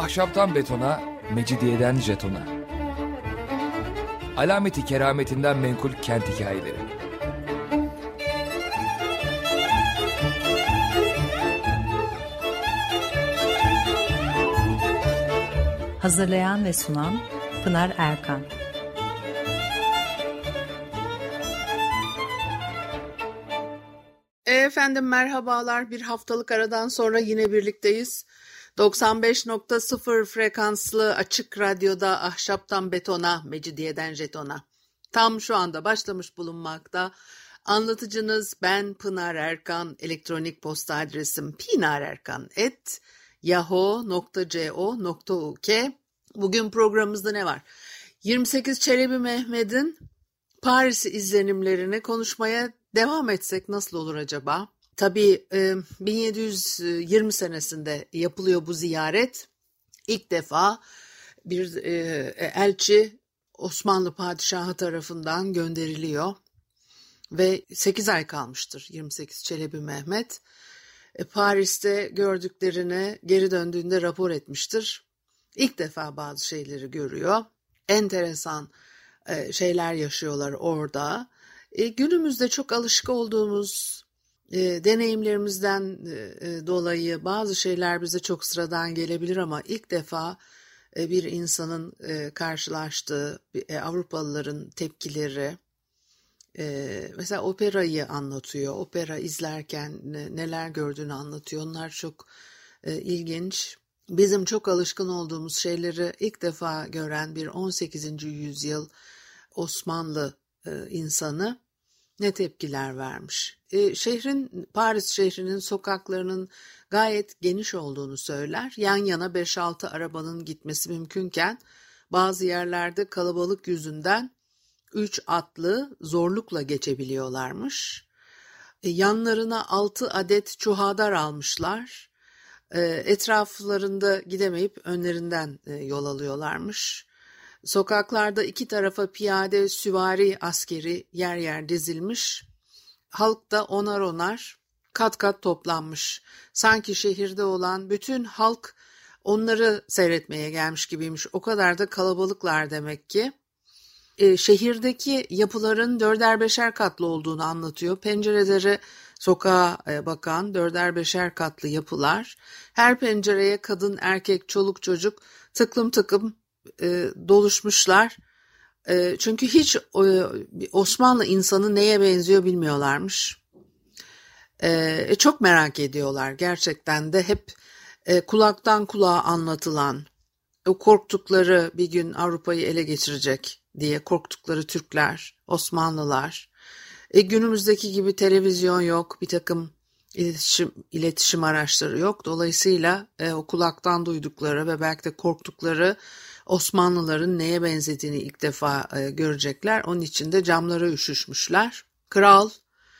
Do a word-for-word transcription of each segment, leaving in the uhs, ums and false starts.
Ahşaptan betona, mecidiyeden jetona. Alameti kerametinden menkul kent hikayeleri. Hazırlayan ve sunan Pınar Erkan. Efendim merhabalar. Bir haftalık aradan sonra yine birlikteyiz. doksan beş nokta sıfır frekanslı açık radyoda ahşaptan betona, mecidiyeden jetona. Tam şu anda başlamış bulunmakta. Anlatıcınız ben Pınar Erkan. Elektronik posta adresim pinarerkan at yahoo nokta co nokta uk. Bugün programımızda ne var? yirmi sekiz Çelebi Mehmet'in Paris izlenimlerini konuşmaya devam etsek nasıl olur acaba? Tabii bin yedi yüz yirmi senesinde yapılıyor bu ziyaret. İlk defa bir elçi Osmanlı padişahı tarafından gönderiliyor ve sekiz ay kalmıştır yirmi sekiz Çelebi Mehmet. Paris'te gördüklerini geri döndüğünde rapor etmiştir. İlk defa bazı şeyleri görüyor. Enteresan şeyler yaşıyorlar orada. Günümüzde çok alışık olduğumuz E, deneyimlerimizden e, dolayı bazı şeyler bize çok sıradan gelebilir ama ilk defa e, bir insanın e, karşılaştığı e, Avrupalıların tepkileri, e, mesela operayı anlatıyor, opera izlerken ne, neler gördüğünü anlatıyor. Onlar çok e, ilginç. Bizim çok alışkın olduğumuz şeyleri ilk defa gören bir on sekizinci yüzyıl Osmanlı e, insanı ne tepkiler vermiş. E, şehrin, Paris şehrinin sokaklarının gayet geniş olduğunu söyler. Yan yana beş altı arabanın gitmesi mümkünken bazı yerlerde kalabalık yüzünden üç atlı zorlukla geçebiliyorlarmış. E, yanlarına altı adet çuhadar almışlar. E, etraflarında gidemeyip önlerinden e, yol alıyorlarmış. Sokaklarda iki tarafa piyade, süvari askeri yer yer dizilmiş. Halk da onar onar kat kat toplanmış. Sanki şehirde olan bütün halk onları seyretmeye gelmiş gibiymiş. O kadar da kalabalıklar demek ki. E, şehirdeki yapıların dörder beşer katlı olduğunu anlatıyor. Pencereleri sokağa bakan dörder beşer katlı yapılar. Her pencereye kadın, erkek, çoluk, çocuk tıklım tıklım E, doluşmuşlar. E, çünkü hiç e, Osmanlı insanı neye benziyor bilmiyorlarmış. E, çok merak ediyorlar gerçekten de hep e, kulaktan kulağa anlatılan, o korktukları bir gün Avrupa'yı ele geçirecek diye korktukları Türkler, Osmanlılar. E, günümüzdeki gibi televizyon yok, bir takım iletişim, iletişim araçları yok. Dolayısıyla e, o kulaktan duydukları ve belki de korktukları Osmanlıların neye benzediğini ilk defa e, görecekler. Onun için de camlara üşüşmüşler. Kral,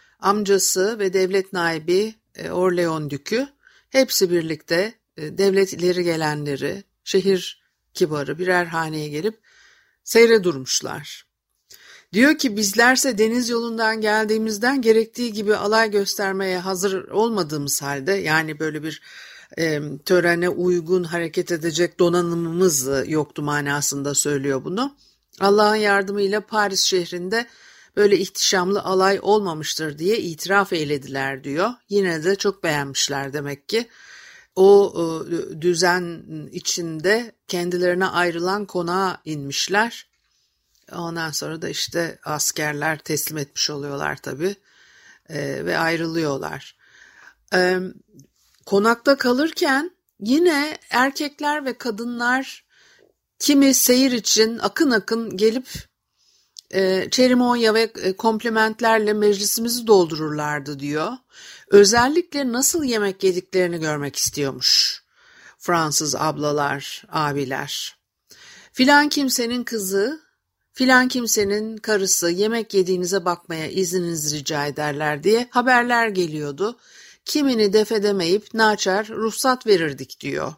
amcası ve devlet naibi e, Orleon Dükü hepsi birlikte e, devlet ileri gelenleri, şehir kibarı birer haneye gelip seyre durmuşlar. Diyor ki bizlerse deniz yolundan geldiğimizden gerektiği gibi alay göstermeye hazır olmadığımız halde, yani böyle bir e, törene uygun hareket edecek donanımımız yoktu manasında söylüyor bunu. Allah'ın yardımıyla Paris şehrinde böyle ihtişamlı alay olmamıştır diye itiraf eylediler diyor. Yine de çok beğenmişler demek ki. O e, düzen içinde kendilerine ayrılan konağa inmişler. Ondan sonra da işte askerler teslim etmiş oluyorlar tabii e, ve ayrılıyorlar. E, konakta kalırken yine erkekler ve kadınlar kimi seyir için akın akın gelip e, çerimonya ve e, komplimentlerle meclisimizi doldururlardı diyor. Özellikle nasıl yemek yediklerini görmek istiyormuş Fransız ablalar, abiler. Filan kimsenin kızı, filan kimsenin karısı yemek yediğinize bakmaya izninizi rica ederler diye haberler geliyordu. Kimini def edemeyip naçar ruhsat verirdik diyor.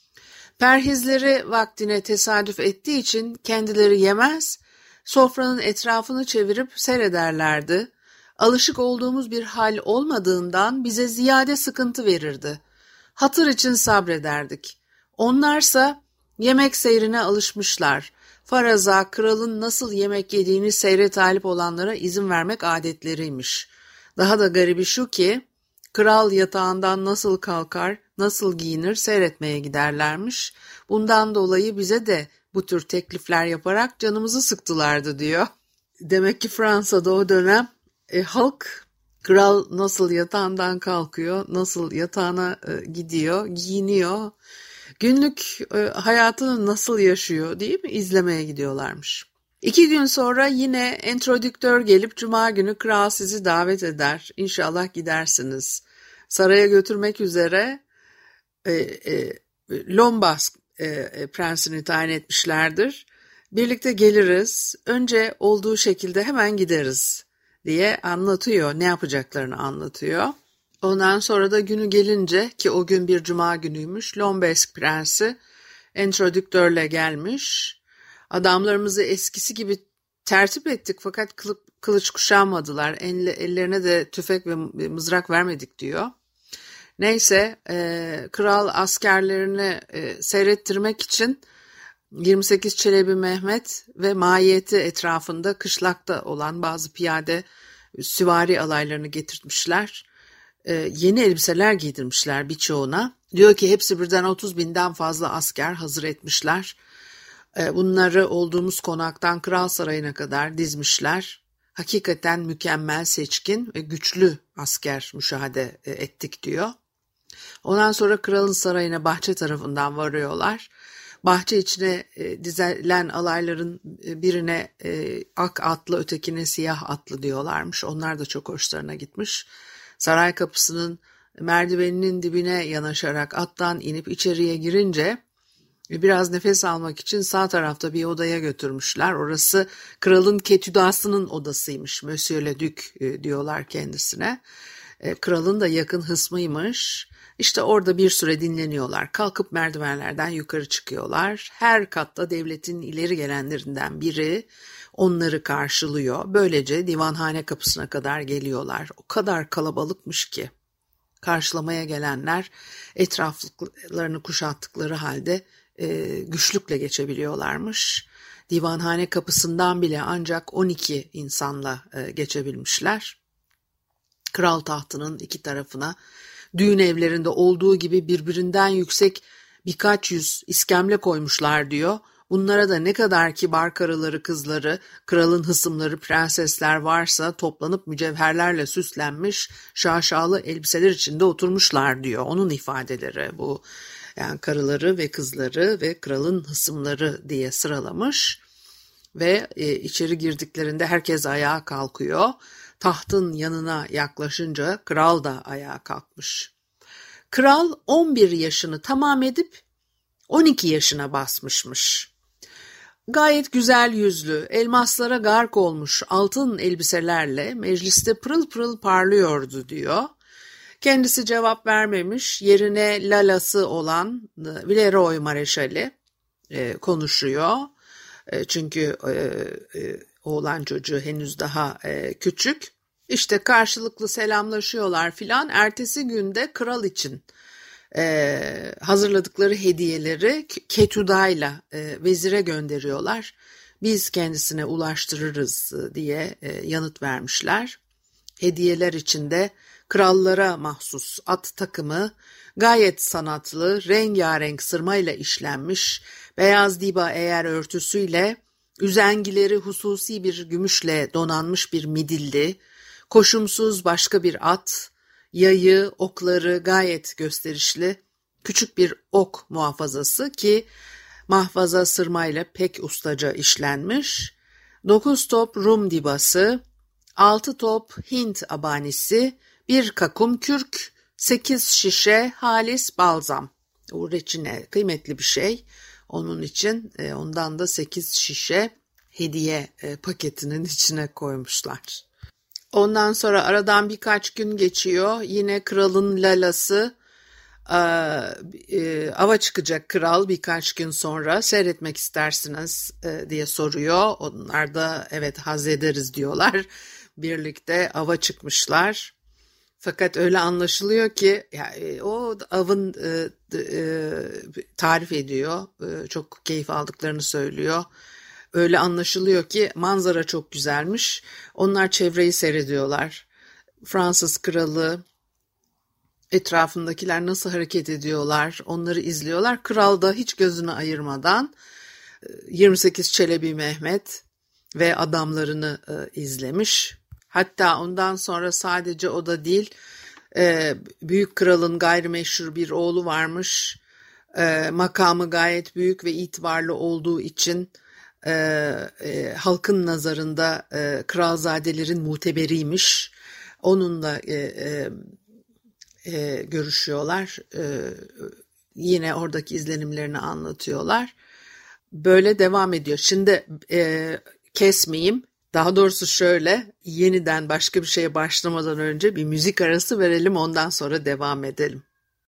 Perhizleri vaktine tesadüf ettiği için kendileri yemez, sofranın etrafını çevirip seyrederlerdi. Alışık olduğumuz bir hal olmadığından bize ziyade sıkıntı verirdi. Hatır için sabrederdik. Onlarsa yemek seyrine alışmışlar. Faraza kralın nasıl yemek yediğini seyre talip olanlara izin vermek adetleriymiş. Daha da garibi şu ki kral yatağından nasıl kalkar, nasıl giyinir seyretmeye giderlermiş. Bundan dolayı bize de bu tür teklifler yaparak canımızı sıktılardı diyor. Demek ki Fransa'da o dönem e, halk kral nasıl yatağından kalkıyor, nasıl yatağına e, gidiyor, giyiniyor, günlük e, hayatını nasıl yaşıyor değil mi izlemeye gidiyorlarmış. İki gün sonra yine entrodüktör gelip cuma günü kral sizi davet eder. İnşallah gidersiniz. Saraya götürmek üzere e, e, Lombas e, prensini tayin etmişlerdir. Birlikte geliriz, önce olduğu şekilde hemen gideriz diye anlatıyor, ne yapacaklarını anlatıyor. Ondan sonra da günü gelince ki o gün bir cuma günüymüş, Lombesk prensi entrodüktörle gelmiş. Adamlarımızı eskisi gibi tertip ettik fakat kılıç kuşanmadılar, ellerine de tüfek ve mızrak vermedik diyor. Neyse e, kral askerlerini e, seyrettirmek için yirmi sekiz Çelebi Mehmet ve mahiyeti etrafında kışlakta olan bazı piyade süvari alaylarını getirtmişler. Ee, yeni elbiseler giydirmişler birçoğuna. Diyor ki hepsi birden otuz binden fazla asker hazır etmişler. Ee, bunları olduğumuz konaktan kral sarayına kadar dizmişler. Hakikaten mükemmel, seçkin ve güçlü asker müşahede ettik diyor. Ondan sonra kralın sarayına bahçe tarafından varıyorlar. Bahçe içine e, dizilen alayların birine e, ak atlı, ötekine siyah atlı diyorlarmış. Onlar da çok hoşlarına gitmiş. Saray kapısının merdiveninin dibine yanaşarak attan inip içeriye girince e, biraz nefes almak için sağ tarafta bir odaya götürmüşler. Orası kralın ketüdasının odasıymış. Monsieur le Duc e, diyorlar kendisine. E, kralın da yakın hısmıymış. İşte orada bir süre dinleniyorlar. Kalkıp merdivenlerden yukarı çıkıyorlar. Her katta devletin ileri gelenlerinden biri onları karşılıyor. Böylece divanhane kapısına kadar geliyorlar. O kadar kalabalıkmış ki karşılamaya gelenler etraflarını kuşattıkları halde e, güçlükle geçebiliyorlarmış. Divanhane kapısından bile ancak on iki insanla e, geçebilmişler. Kral tahtının iki tarafına düğün evlerinde olduğu gibi birbirinden yüksek birkaç yüz iskemle koymuşlar diyor. Bunlara da ne kadar kibar karıları, kızları, kralın hısımları, prensesler varsa toplanıp mücevherlerle süslenmiş şaşalı elbiseler içinde oturmuşlar diyor. Onun ifadeleri bu. Yani karıları ve kızları ve kralın hısımları diye sıralamış ve e, içeri girdiklerinde herkes ayağa kalkıyor. Tahtın yanına yaklaşınca kral da ayağa kalkmış. Kral on bir yaşını tamam edip on iki yaşına basmışmış. Gayet güzel yüzlü, elmaslara gark olmuş altın elbiselerle mecliste pırıl pırıl parlıyordu diyor. Kendisi cevap vermemiş, yerine lalası olan Villeroy Mareşali e, konuşuyor. E, çünkü e, e, oğlan çocuğu henüz daha e, küçük. İşte karşılıklı selamlaşıyorlar filan. Ertesi günde kral için e, hazırladıkları hediyeleri Ketuda'yla e, vezire gönderiyorlar. Biz kendisine ulaştırırız diye e, yanıt vermişler. Hediyeler içinde krallara mahsus at takımı, gayet sanatlı, rengarenk sırmayla işlenmiş, beyaz diba eğer örtüsüyle, üzengileri hususi bir gümüşle donanmış bir midilli, koşumsuz başka bir at, yayı, okları gayet gösterişli, küçük bir ok muhafazası ki mahfaza sırmayla pek ustaca işlenmiş, dokuz top Rum dibası, altı top Hint abanisi, bir kakum kürk, sekiz şişe halis balzam. O reçine kıymetli bir şey. Onun için ondan da sekiz şişe hediye paketinin içine koymuşlar. Ondan sonra aradan birkaç gün geçiyor. Yine kralın lalası ava çıkacak kral birkaç gün sonra. Seyretmek istersiniz diye soruyor. Onlar da evet haz ederiz diyorlar. Birlikte ava çıkmışlar. Fakat öyle anlaşılıyor ki yani o avın e, e, tarif ediyor. E, çok keyif aldıklarını söylüyor. Öyle anlaşılıyor ki manzara çok güzelmiş. Onlar çevreyi seyrediyorlar. Fransız kralı, etrafındakiler nasıl hareket ediyorlar, onları izliyorlar. Kral da hiç gözünü ayırmadan yirmi sekiz Çelebi Mehmet ve adamlarını e, izlemiş. Hatta ondan sonra sadece o da değil, e, büyük kralın gayrimeşhur bir oğlu varmış. E, makamı gayet büyük ve itibarlı olduğu için e, e, halkın nazarında e, kralzadelerin muteberiymiş. Onunla e, e, e, görüşüyorlar. E, yine oradaki izlenimlerini anlatıyorlar. Böyle devam ediyor. Şimdi e, kesmeyeyim. Daha doğrusu şöyle, yeniden başka bir şeye başlamadan önce bir müzik arası verelim, ondan sonra devam edelim.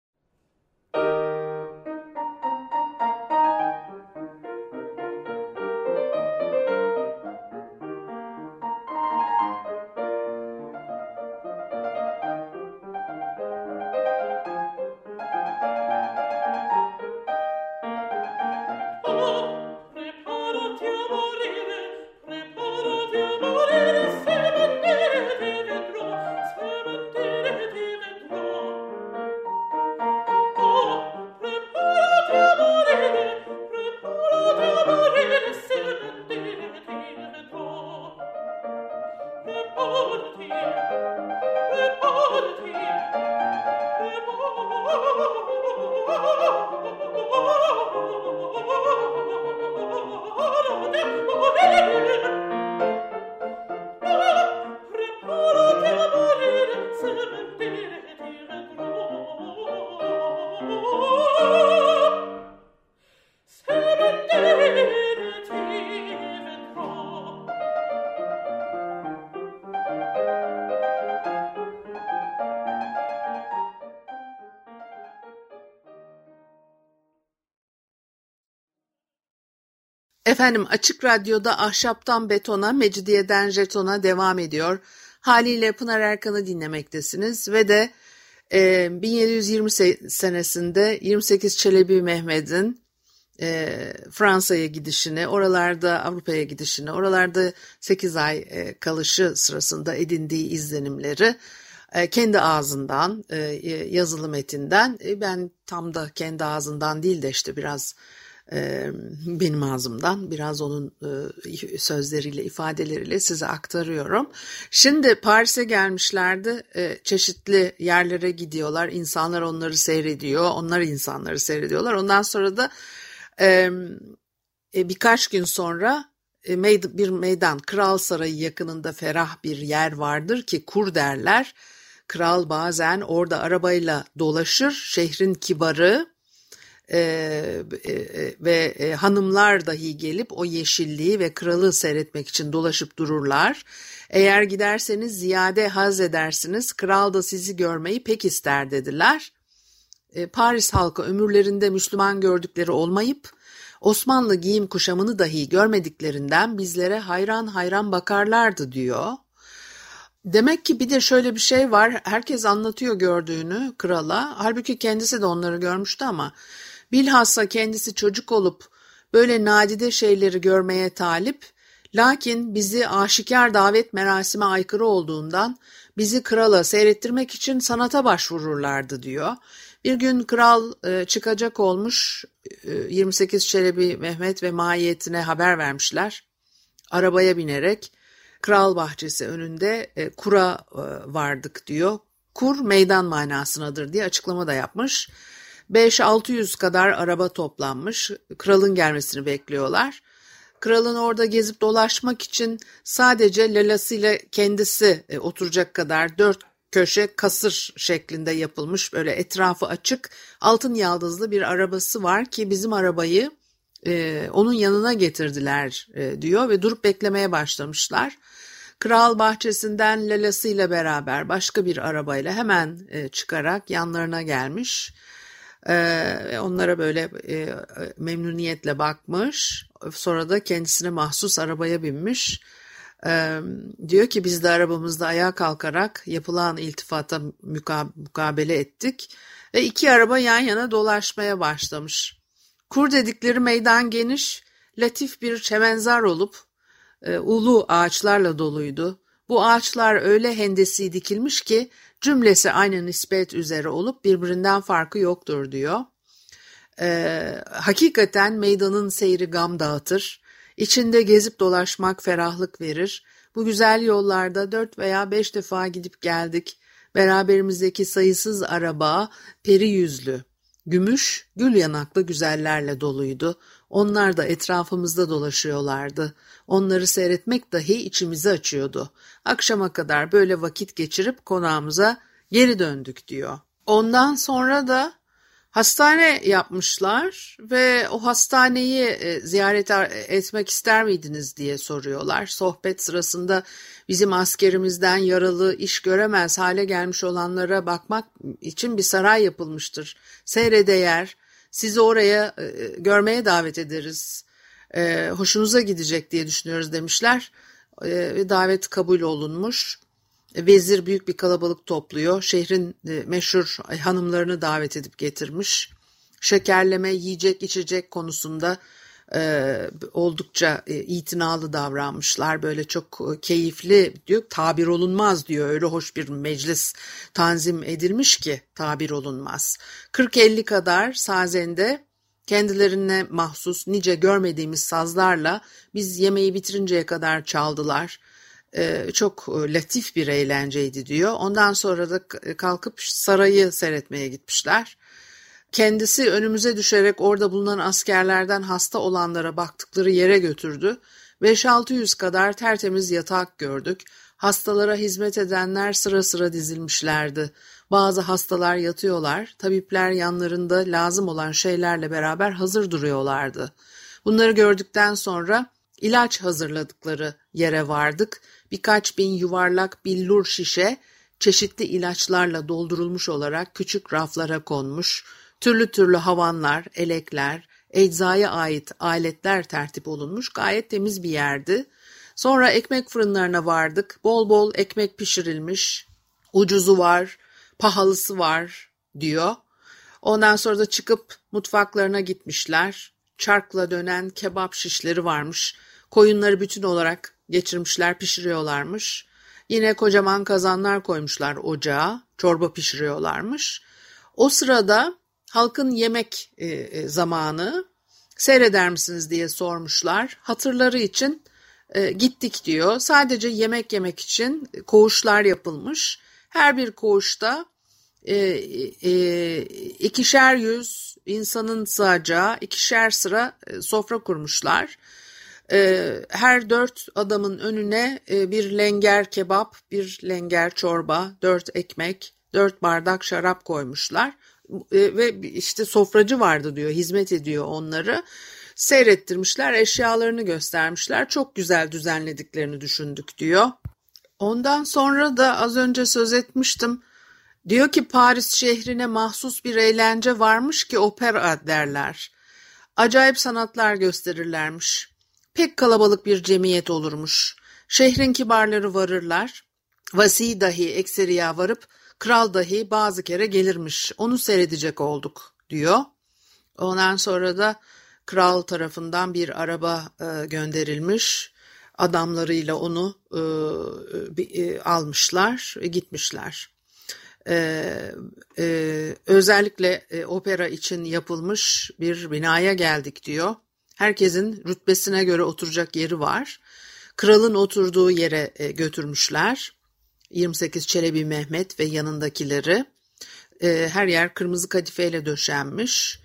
Efendim, Açık Radyo'da Ahşaptan Betona, Mecidiyeden Jeton'a devam ediyor. Haliyle Pınar Erkan'ı dinlemektesiniz ve de e, bin yedi yüz yirmi senesinde yirmi sekiz Çelebi Mehmet'in e, Fransa'ya gidişini, oralarda Avrupa'ya gidişini, oralarda sekiz ay e, kalışı sırasında edindiği izlenimleri e, kendi ağzından, e, yazılı metinden, e, ben tam da kendi ağzından değil de işte biraz benim ağzımdan, biraz onun sözleriyle, ifadeleriyle size aktarıyorum. Şimdi Paris'e gelmişlerdi, çeşitli yerlere gidiyorlar, insanlar onları seyrediyor, onlar insanları seyrediyorlar. Ondan sonra da birkaç gün sonra bir meydan, Kral Sarayı yakınında ferah bir yer vardır ki kur derler. Kral bazen orada arabayla dolaşır, şehrin kibarı Ee, e, ve e, hanımlar dahi gelip o yeşilliği ve kralı seyretmek için dolaşıp dururlar. Eğer giderseniz ziyade haz edersiniz, kral da sizi görmeyi pek ister dediler. E, Paris halkı ömürlerinde Müslüman gördükleri olmayıp Osmanlı giyim kuşamını dahi görmediklerinden bizlere hayran hayran bakarlardı diyor. Demek ki bir de şöyle bir şey var, herkes anlatıyor gördüğünü krala, halbuki kendisi de onları görmüştü ama bilhassa kendisi çocuk olup böyle nadide şeyleri görmeye talip, lakin bizi aşikar davet merasime aykırı olduğundan bizi krala seyrettirmek için sanata başvururlardı diyor. Bir gün kral e, çıkacak olmuş, e, yirmi sekiz Çelebi Mehmet ve mahiyetine haber vermişler. Arabaya binerek kral bahçesi önünde e, kura e, vardık diyor. Kur meydan manasınadır diye açıklama da yapmış. beş altı yüz kadar araba toplanmış, kralın gelmesini bekliyorlar. Kralın orada gezip dolaşmak için sadece lalasıyla kendisi e, oturacak kadar dört köşe kasır şeklinde yapılmış, böyle etrafı açık, altın yaldızlı bir arabası var ki bizim arabayı e, onun yanına getirdiler e, diyor ve durup beklemeye başlamışlar. Kral bahçesinden lalasıyla beraber başka bir arabayla hemen e, çıkarak yanlarına gelmiş. Ee, onlara böyle e, memnuniyetle bakmış, sonra da kendisine mahsus arabaya binmiş. Ee, diyor ki biz de arabamızda ayağa kalkarak yapılan iltifata muka- mukabele ettik ve iki araba yan yana dolaşmaya başlamış. Kur dedikleri meydan geniş, latif bir çemenzar olup e, ulu ağaçlarla doluydu. Bu ağaçlar öyle hendesi dikilmiş ki cümlesi aynı nispet üzere olup birbirinden farkı yoktur diyor. Ee, hakikaten meydanın seyri gam dağıtır. İçinde gezip dolaşmak ferahlık verir. Bu güzel yollarda dört veya beş defa gidip geldik. Beraberimizdeki sayısız araba peri yüzlü, gümüş, gül yanaklı güzellerle doluydu. Onlar da etrafımızda dolaşıyorlardı. Onları seyretmek dahi içimizi açıyordu. Akşama kadar böyle vakit geçirip konağımıza geri döndük diyor. Ondan sonra da hastane yapmışlar ve o hastaneyi e, ziyaret etmek ister miydiniz diye soruyorlar. Sohbet sırasında bizim askerimizden yaralı, iş göremez hale gelmiş olanlara bakmak için bir saray yapılmıştır. Seyredeyer, sizi oraya e, görmeye davet ederiz. E, hoşunuza gidecek diye düşünüyoruz demişler. E, ve davet kabul olunmuş. Vezir büyük bir kalabalık topluyor. Şehrin meşhur hanımlarını davet edip getirmiş. Şekerleme, yiyecek, içecek konusunda e, oldukça e, itinalı davranmışlar. Böyle çok keyifli diyor, tabir olunmaz diyor. Öyle hoş bir meclis tanzim edilmiş ki tabir olunmaz. kırk elli kadar sazende kendilerine mahsus nice görmediğimiz sazlarla biz yemeği bitirinceye kadar çaldılar. Ee, çok latif bir eğlenceydi diyor. Ondan sonra da kalkıp sarayı seyretmeye gitmişler. Kendisi önümüze düşerek orada bulunan askerlerden hasta olanlara baktıkları yere götürdü. beş altı yüz kadar tertemiz yatak gördük. Hastalara hizmet edenler sıra sıra dizilmişlerdi. Bazı hastalar yatıyorlar, tabipler yanlarında lazım olan şeylerle beraber hazır duruyorlardı. Bunları gördükten sonra ilaç hazırladıkları yere vardık. Birkaç bin yuvarlak billur şişe çeşitli ilaçlarla doldurulmuş olarak küçük raflara konmuş. Türlü türlü havanlar, elekler, eczaya ait aletler tertip olunmuş. Gayet temiz bir yerdi. Sonra ekmek fırınlarına vardık. Bol bol ekmek pişirilmiş. Ucuzu var, pahalısı var diyor. Ondan sonra da çıkıp mutfaklarına gitmişler. Çarkla dönen kebap şişleri varmış. Koyunları bütün olarak geçirmişler, pişiriyorlarmış. Yine kocaman kazanlar koymuşlar ocağa, çorba pişiriyorlarmış. O sırada halkın yemek e, zamanı, seyreder misiniz diye sormuşlar. Hatırları için e, gittik diyor. Sadece yemek yemek için koğuşlar yapılmış. Her bir koğuşta e, e, ikişer yüz insanın sığacağı ikişer sıra e, sofra kurmuşlar. Her dört adamın önüne bir lenger kebap, bir lenger çorba, dört ekmek, dört bardak şarap koymuşlar. Ve işte sofracı vardı diyor, hizmet ediyor onları. Seyrettirmişler, eşyalarını göstermişler. Çok güzel düzenlediklerini düşündük diyor. Ondan sonra da az önce söz etmiştim. Diyor ki Paris şehrine mahsus bir eğlence varmış ki opera derler. Acayip sanatlar gösterirlermiş. Pek kalabalık bir cemiyet olurmuş. Şehrin kibarları varırlar. Vasi dahi ekseriya varıp kral dahi bazı kere gelirmiş. Onu seyredecek olduk diyor. Ondan sonra da kral tarafından bir araba e, gönderilmiş. Adamlarıyla onu e, e, almışlar, e, gitmişler. E, e, özellikle e, opera için yapılmış bir binaya geldik diyor. Herkesin rütbesine göre oturacak yeri var. Kralın oturduğu yere götürmüşler. yirmi sekiz Çelebi Mehmet ve yanındakileri. Her yer kırmızı kadifeyle döşenmiş.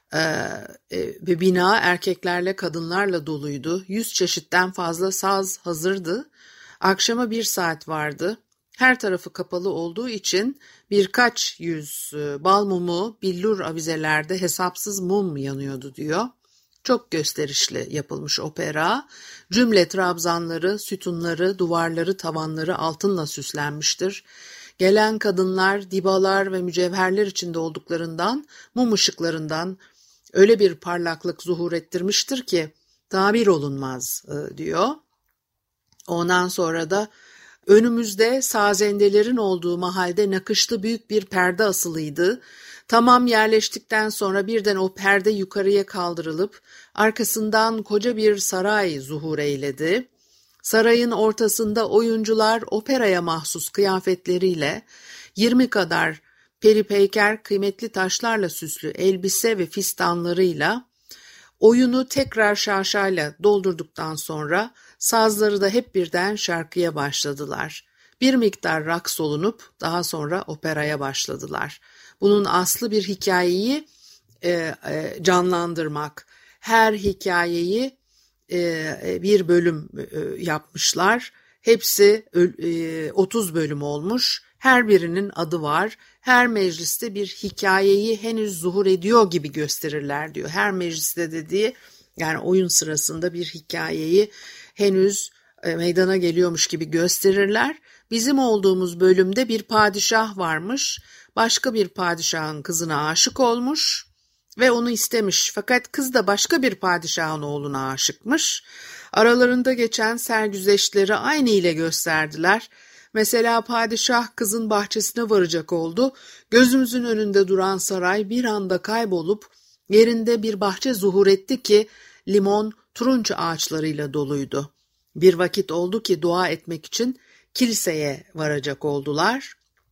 Ve bina erkeklerle kadınlarla doluydu. Yüz çeşitten fazla saz hazırdı. Akşama bir saat vardı. Her tarafı kapalı olduğu için birkaç yüz bal mumu billur avizelerde hesapsız mum yanıyordu diyor. Çok gösterişli yapılmış opera. Cümle trabzanları, sütunları, duvarları, tavanları altınla süslenmiştir. Gelen kadınlar, dibalar ve mücevherler içinde olduklarından, mum ışıklarından öyle bir parlaklık zuhur ettirmiştir ki tabir olunmaz diyor. Ondan sonra da önümüzde sazendelerin olduğu mahalde nakışlı büyük bir perde asılıydı. Tamam yerleştikten sonra birden o perde yukarıya kaldırılıp arkasından koca bir saray zuhur eyledi. Sarayın ortasında oyuncular operaya mahsus kıyafetleriyle yirmi kadar peripeyker kıymetli taşlarla süslü elbise ve fistanlarıyla oyunu tekrar şaşayla doldurduktan sonra sazları da hep birden şarkıya başladılar. Bir miktar raks olunup daha sonra operaya başladılar. Bunun aslı bir hikayeyi e, e, canlandırmak. Her hikayeyi e, bir bölüm e, yapmışlar. Hepsi e, otuz bölüm olmuş. Her birinin adı var. Her mecliste bir hikayeyi henüz zuhur ediyor gibi gösterirler diyor. Her mecliste dediği yani oyun sırasında bir hikayeyi henüz e, meydana geliyormuş gibi gösterirler. Bizim olduğumuz bölümde bir padişah varmış. Başka bir padişahın kızına aşık olmuş ve onu istemiş. Fakat kız da başka bir padişahın oğluna aşıkmış. Aralarında geçen sergüzeştleri aynı ile gösterdiler. Mesela padişah kızın bahçesine varacak oldu. Gözümüzün önünde duran saray bir anda kaybolup yerinde bir bahçe zuhur etti ki limon, turunç ağaçlarıyla doluydu. Bir vakit oldu ki dua etmek için kiliseye varacak oldular.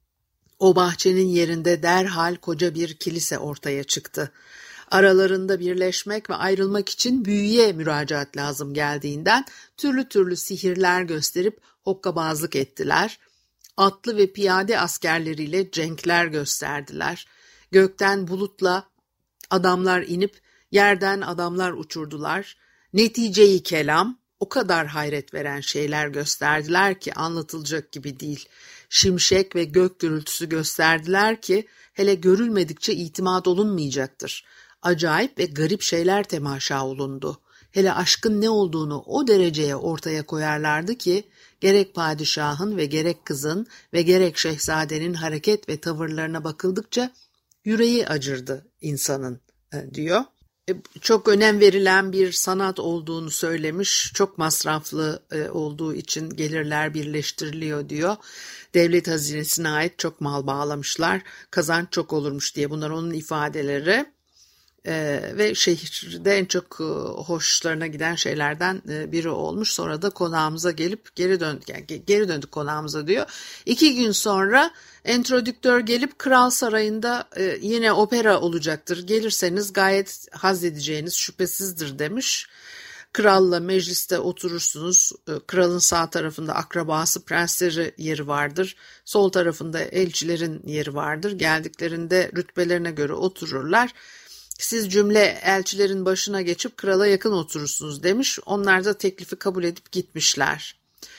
O bahçenin yerinde derhal koca bir kilise ortaya çıktı. Aralarında birleşmek ve ayrılmak için büyüye müracaat lazım geldiğinden türlü türlü sihirler gösterip hokkabazlık ettiler. Atlı ve piyade askerleriyle cenkler gösterdiler. Gökten bulutla adamlar inip yerden adamlar uçurdular. Neticeyi kelam o kadar hayret veren şeyler gösterdiler ki anlatılacak gibi değil. Şimşek ve gök gürültüsü gösterdiler ki hele görülmedikçe itimat olunmayacaktır. Acayip ve garip şeyler temaşa olundu. Hele aşkın ne olduğunu o dereceye ortaya koyarlardı ki gerek padişahın ve gerek kızın ve gerek şehzadenin hareket ve tavırlarına bakıldıkça yüreği acırdı insanın diyor. Çok önem verilen bir sanat olduğunu söylemiş. Çok masraflı olduğu için gelirler birleştiriliyor diyor. Devlet hazinesine ait çok mal bağlamışlar. Kazanç çok olurmuş diye. Bunlar onun ifadeleri. Ee, ve şehirde en çok e, hoşlarına giden şeylerden e, biri olmuş. Sonra da konağımıza gelip geri döndük. Yani geri döndük konağımıza diyor. İki gün sonra entrodüktör gelip Kral Sarayı'nda e, yine opera olacaktır. Gelirseniz gayet haz edeceğiniz şüphesizdir demiş. Kralla mecliste oturursunuz. Kralın sağ tarafında akrabası, prensleri yeri vardır. Sol tarafında elçilerin yeri vardır. Geldiklerinde rütbelerine göre otururlar. Siz cümle elçilerin başına geçip krala yakın oturursunuz demiş. Onlar da teklifi kabul edip gitmişler.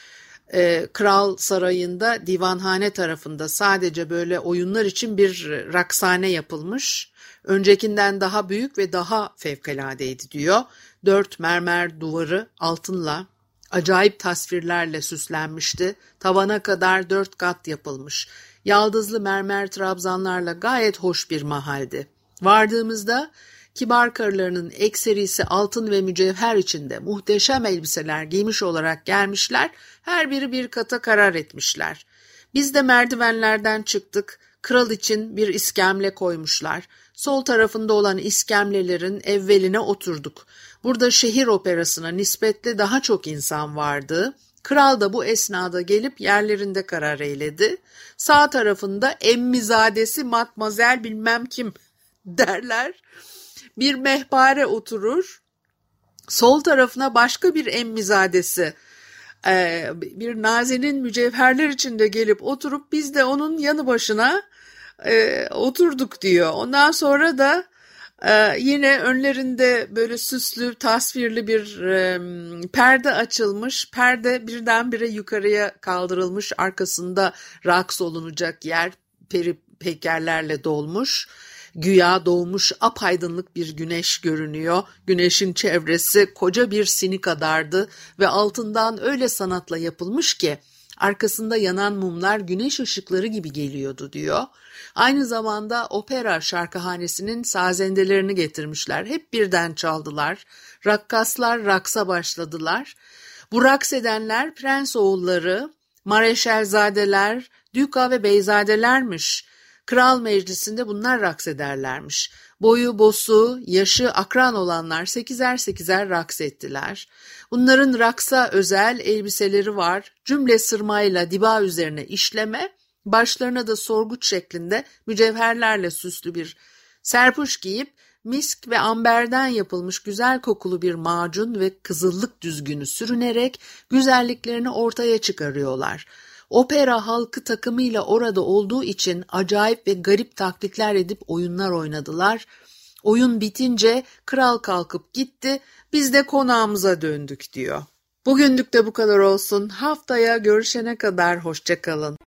Ee, Kral Sarayı'nda divanhane tarafında sadece böyle oyunlar için bir raksane yapılmış. Öncekinden daha büyük ve daha fevkaladeydi diyor. Dört mermer duvarı altınla, acayip tasvirlerle süslenmişti. Tavana kadar dört kat yapılmış. Yaldızlı mermer trabzanlarla gayet hoş bir mahaldi. Vardığımızda kibar karılarının ekserisi altın ve mücevher içinde muhteşem elbiseler giymiş olarak gelmişler, her biri bir kata karar etmişler. Biz de merdivenlerden çıktık, kral için bir iskemle koymuşlar. Sol tarafında olan iskemlelerin evveline oturduk. Burada şehir operasına nispetle daha çok insan vardı. Kral da bu esnada gelip yerlerinde karar eyledi. Sağ tarafında emmizadesi matmazel bilmem kim derler. Bir mehpare oturur. Sol tarafına başka bir emmizadesi, bir nazenin mücevherler içinde gelip oturup biz de onun yanı başına oturduk diyor. Ondan sonra da yine önlerinde böyle süslü, tasvirli bir perde açılmış. Perde birdenbire yukarıya kaldırılmış. Arkasında raks olunacak yer peripeykerlerle dolmuş. Güya doğmuş apaydınlık bir güneş görünüyor. Güneşin çevresi koca bir sini kadardı ve altından öyle sanatla yapılmış ki arkasında yanan mumlar güneş ışıkları gibi geliyordu diyor. Aynı zamanda opera şarkıhanesinin sazendelerini getirmişler. Hep birden çaldılar. Rakkaslar raksa başladılar. Bu raks edenler prens oğulları, mareşalzadeler, düka ve beyzadelermiş. Kral meclisinde bunlar raks ederlermiş. Boyu, bosu, yaşı akran olanlar sekizer sekizer raks ettiler. Bunların raksa özel elbiseleri var. Cümle sırmayla diba üzerine işleme, başlarına da sorguç şeklinde mücevherlerle süslü bir serpuş giyip misk ve amberden yapılmış güzel kokulu bir macun ve kızıllık düzgünü sürünerek güzelliklerini ortaya çıkarıyorlar. Opera halkı takımıyla orada olduğu için acayip ve garip taklitler edip oyunlar oynadılar. Oyun bitince kral kalkıp gitti, biz de konağımıza döndük diyor. Bugünlük de bu kadar olsun. Haftaya görüşene kadar hoşça kalın.